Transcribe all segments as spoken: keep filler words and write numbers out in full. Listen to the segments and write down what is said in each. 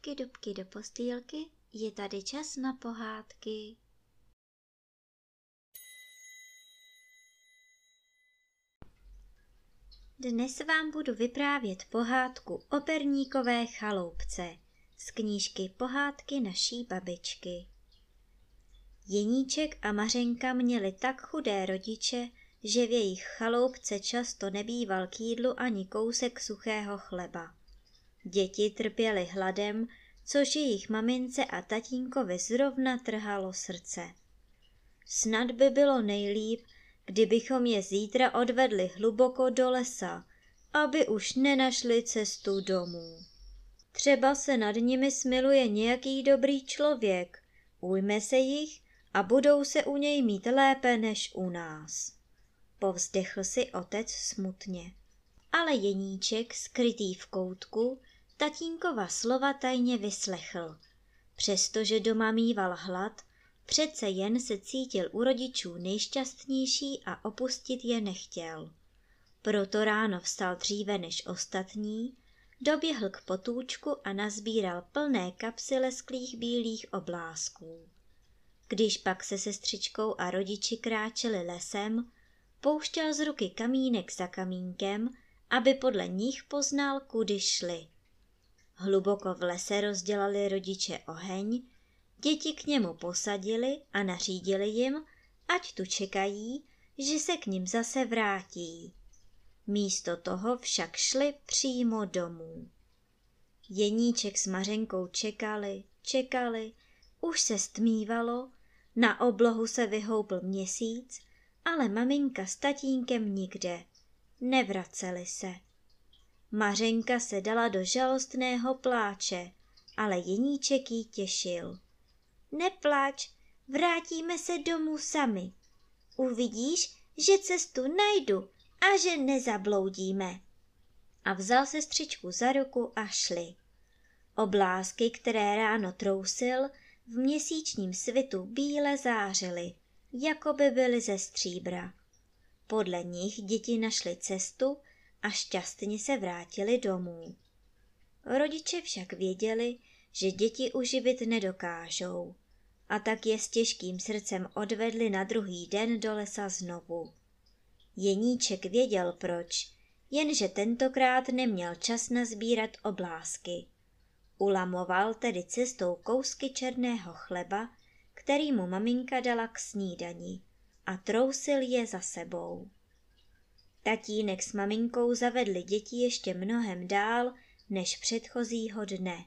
dubky, dubky do postýlky, je tady čas na pohádky. Dnes vám budu vyprávět pohádku o perníkové chaloupce z knížky Pohádky naší babičky. Jeníček a Mařenka měli tak chudé rodiče, že v jejich chaloupce často nebýval k jídlu ani kousek suchého chleba. Děti trpěly hladem, což jejich mamince a tatínkovi zrovna trhalo srdce. Snad by bylo nejlíp, kdybychom je zítra odvedli hluboko do lesa, aby už nenašli cestu domů. Třeba se nad nimi smiluje nějaký dobrý člověk, ujme se jich a budou se u něj mít lépe než u nás. Povzdechl si otec smutně. Ale Jeníček, skrytý v koutku, tatínkova slova tajně vyslechl. Přestože doma mýval hlad, přece jen se cítil u rodičů nejšťastnější a opustit je nechtěl. Proto ráno vstal dříve než ostatní, doběhl k potůčku a nazbíral plné kapsy lesklých bílých oblásků. Když pak se sestřičkou a rodiči kráčeli lesem, pouštěl z ruky kamínek za kamínkem, aby podle nich poznal, kudy šli. Hluboko v lese rozdělali rodiče oheň, děti k němu posadili a nařídili jim, ať tu čekají, že se k nim zase vrátí. Místo toho však šli přímo domů. Jeníček s Mařenkou čekali, čekali, už se stmívalo, na oblohu se vyhoupl měsíc, ale maminka s tatínkem nikde, nevraceli se. Mařenka se dala do žalostného pláče, ale Jeníček jí těšil. Neplač, vrátíme se domů sami. Uvidíš, že cestu najdu a že nezabloudíme. A vzal sestřičku za ruku a šli. Oblásky, které ráno trousil, v měsíčním svitu bíle zářily, jako by byly ze stříbra. Podle nich děti našly cestu a šťastně se vrátili domů. Rodiče však věděli, že děti uživit nedokážou, a tak je s těžkým srdcem odvedli na druhý den do lesa znovu. Jeníček věděl proč, jenže tentokrát neměl čas nazbírat oblásky. Ulamoval tedy cestou kousky černého chleba, který mu maminka dala k snídani, a trousil je za sebou. Tatínek s maminkou zavedli děti ještě mnohem dál než předchozího dne.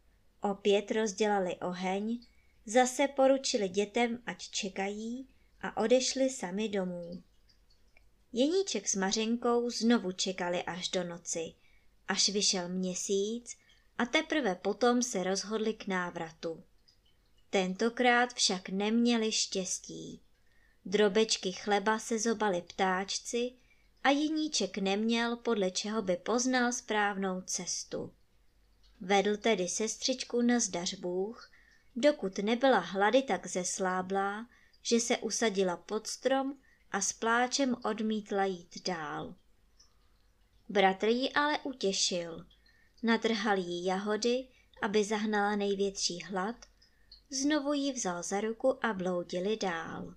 Opět rozdělali oheň, zase poručili dětem, ať čekají, a odešli sami domů. Jeníček s Mařenkou znovu čekali až do noci, až vyšel měsíc, a teprve potom se rozhodli k návratu. Tentokrát však neměli štěstí. Drobečky chleba se zobali ptáčci a Jeníček neměl, podle čeho by poznal správnou cestu. Vedl tedy sestřičku nazdař Bůh, dokud nebyla hlady tak zesláblá, že se usadila pod strom a s pláčem odmítla jít dál. Bratr ji ale utěšil. Natrhal jí jahody, aby zahnala největší hlad, znovu ji vzal za ruku a bloudili dál.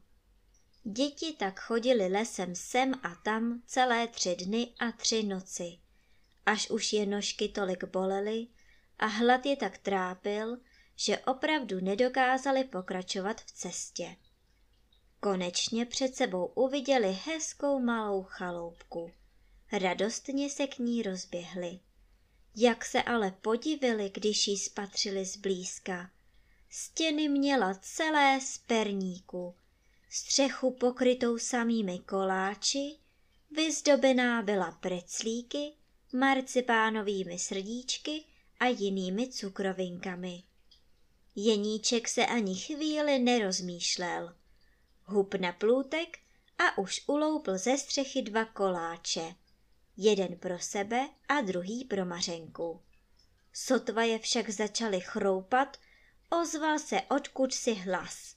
Děti tak chodili lesem sem a tam celé tři dny a tři noci, až už je nožky tolik bolely a hlad je tak trápil, že opravdu nedokázali pokračovat v cestě. Konečně před sebou uviděli hezkou malou chaloupku. Radostně se k ní rozběhli. Jak se ale podivili, když ji spatřili zblízka. Stěny měla celé z perníku, střechu pokrytou samými koláči, vyzdobená byla preclíky, marcipánovými srdíčky a jinými cukrovinkami. Jeníček se ani chvíli nerozmýšlel. Hup na plůtek a už uloupl ze střechy dva koláče. Jeden pro sebe a druhý pro Mařenku. Sotva je však začali chroupat, ozval se odkud si hlas.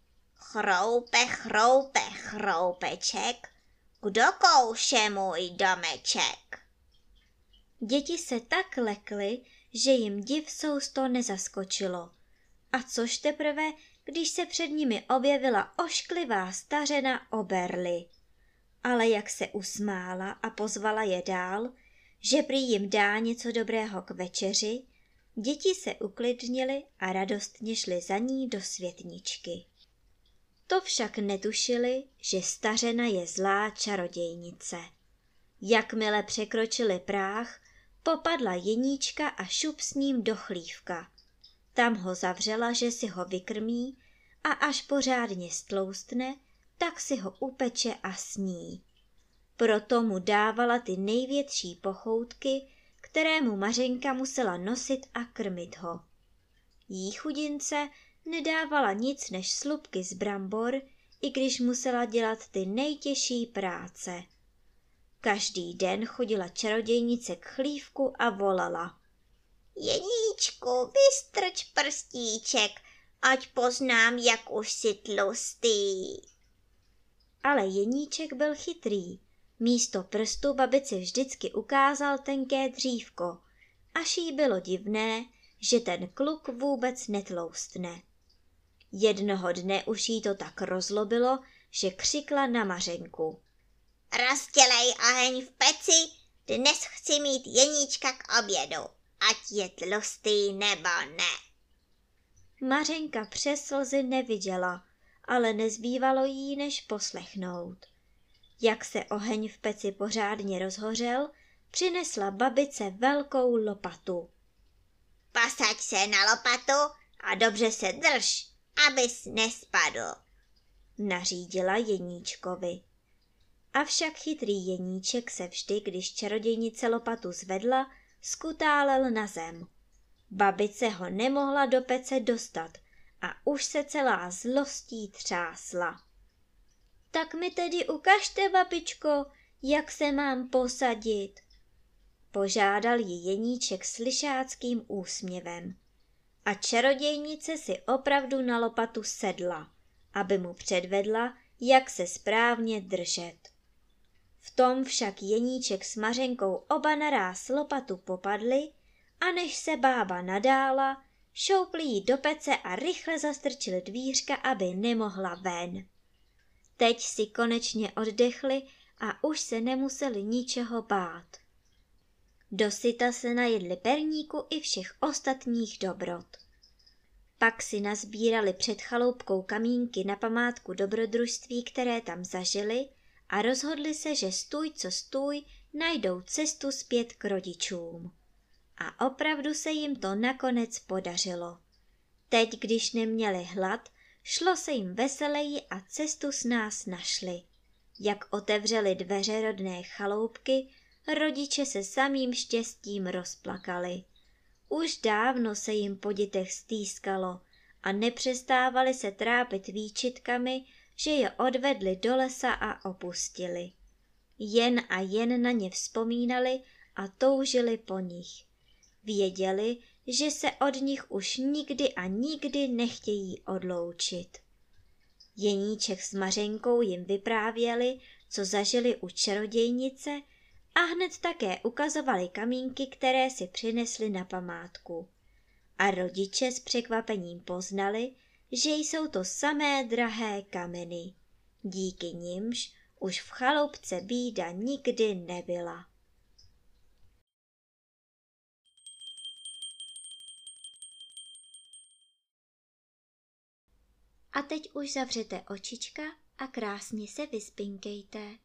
Chroupe, chroupe, chroupeček, kdo kouše můj domeček? Děti se tak lekly, že jim div sousto nezaskočilo. A což teprve, když se před nimi objevila ošklivá stařena Oberli. Ale jak se usmála a pozvala je dál, že prý jim dá něco dobrého k večeři, děti se uklidnily a radostně šly za ní do světničky. To však netušili, že stařena je zlá čarodějnice. Jakmile překročili práh, popadla Jeníčka a šup s ním do chlívka. Tam ho zavřela, že si ho vykrmí, a až pořádně stloustne, tak si ho upeče a sní. Proto mu dávala ty největší pochoutky, které mu Mařenka musela nosit a krmit ho. Jí chudince nedávala nic než slupky z brambor, i když musela dělat ty nejtěžší práce. Každý den chodila čarodějnice k chlívku a volala: Jeníčku, vystrč prstíček, ať poznám, jak už jsi tlustý. Ale Jeníček byl chytrý. Místo prstu babici vždycky ukázal tenké dřívko, až jí bylo divné, že ten kluk vůbec netloustne. Jednoho dne už jí to tak rozlobilo, že křikla na Mařenku: Rozdělej oheň v peci, dnes chci mít Jeníčka k obědu, ať je tlustý nebo ne. Mařenka přes slzy neviděla, ale nezbývalo jí, než poslechnout. Jak se oheň v peci pořádně rozhořel, přinesla babice velkou lopatu. Posaď se na lopatu a dobře se drž, abys nespadl, nařídila Jeníčkovi. Avšak chytrý Jeníček se vždy, když čarodějnice lopatu zvedla, skutálel na zem. Babice ho nemohla do pece dostat a už se celá zlostí třásla. Tak mi tedy ukažte, babičko, jak se mám posadit, požádal ji Jeníček s lišáckým úsměvem. A čarodějnice si opravdu na lopatu sedla, aby mu předvedla, jak se správně držet. V tom však Jeníček s Mařenkou oba naráz lopatu popadli, a než se bába nadála, šoupli jí do pece a rychle zastrčili dvířka, aby nemohla ven. Teď si konečně oddechli a už se nemuseli ničeho bát. Dosyta se najedli perníku i všech ostatních dobrot. Pak si nazbírali před chaloupkou kamínky na památku dobrodružství, které tam zažili, a rozhodli se, že stůj co stůj najdou cestu zpět k rodičům. A opravdu se jim to nakonec podařilo. Teď, když neměli hlad, šlo se jim veseleji a cestu s nás našli. Jak otevřeli dveře rodné chaloupky, rodiče se samým štěstím rozplakali. Už dávno se jim po dětech stýskalo a nepřestávali se trápit výčitkami, že je odvedli do lesa a opustili. Jen a jen na ně vzpomínali a toužili po nich. Věděli, že se od nich už nikdy a nikdy nechtějí odloučit. Jeníček s Mařenkou jim vyprávěli, co zažili u čarodějnice, a hned také ukazovali kamínky, které si přinesli na památku. A rodiče s překvapením poznali, že jsou to samé drahé kameny. Díky nimž už v chaloupce bída nikdy nebyla. A teď už zavřete očička a krásně se vyspinkejte.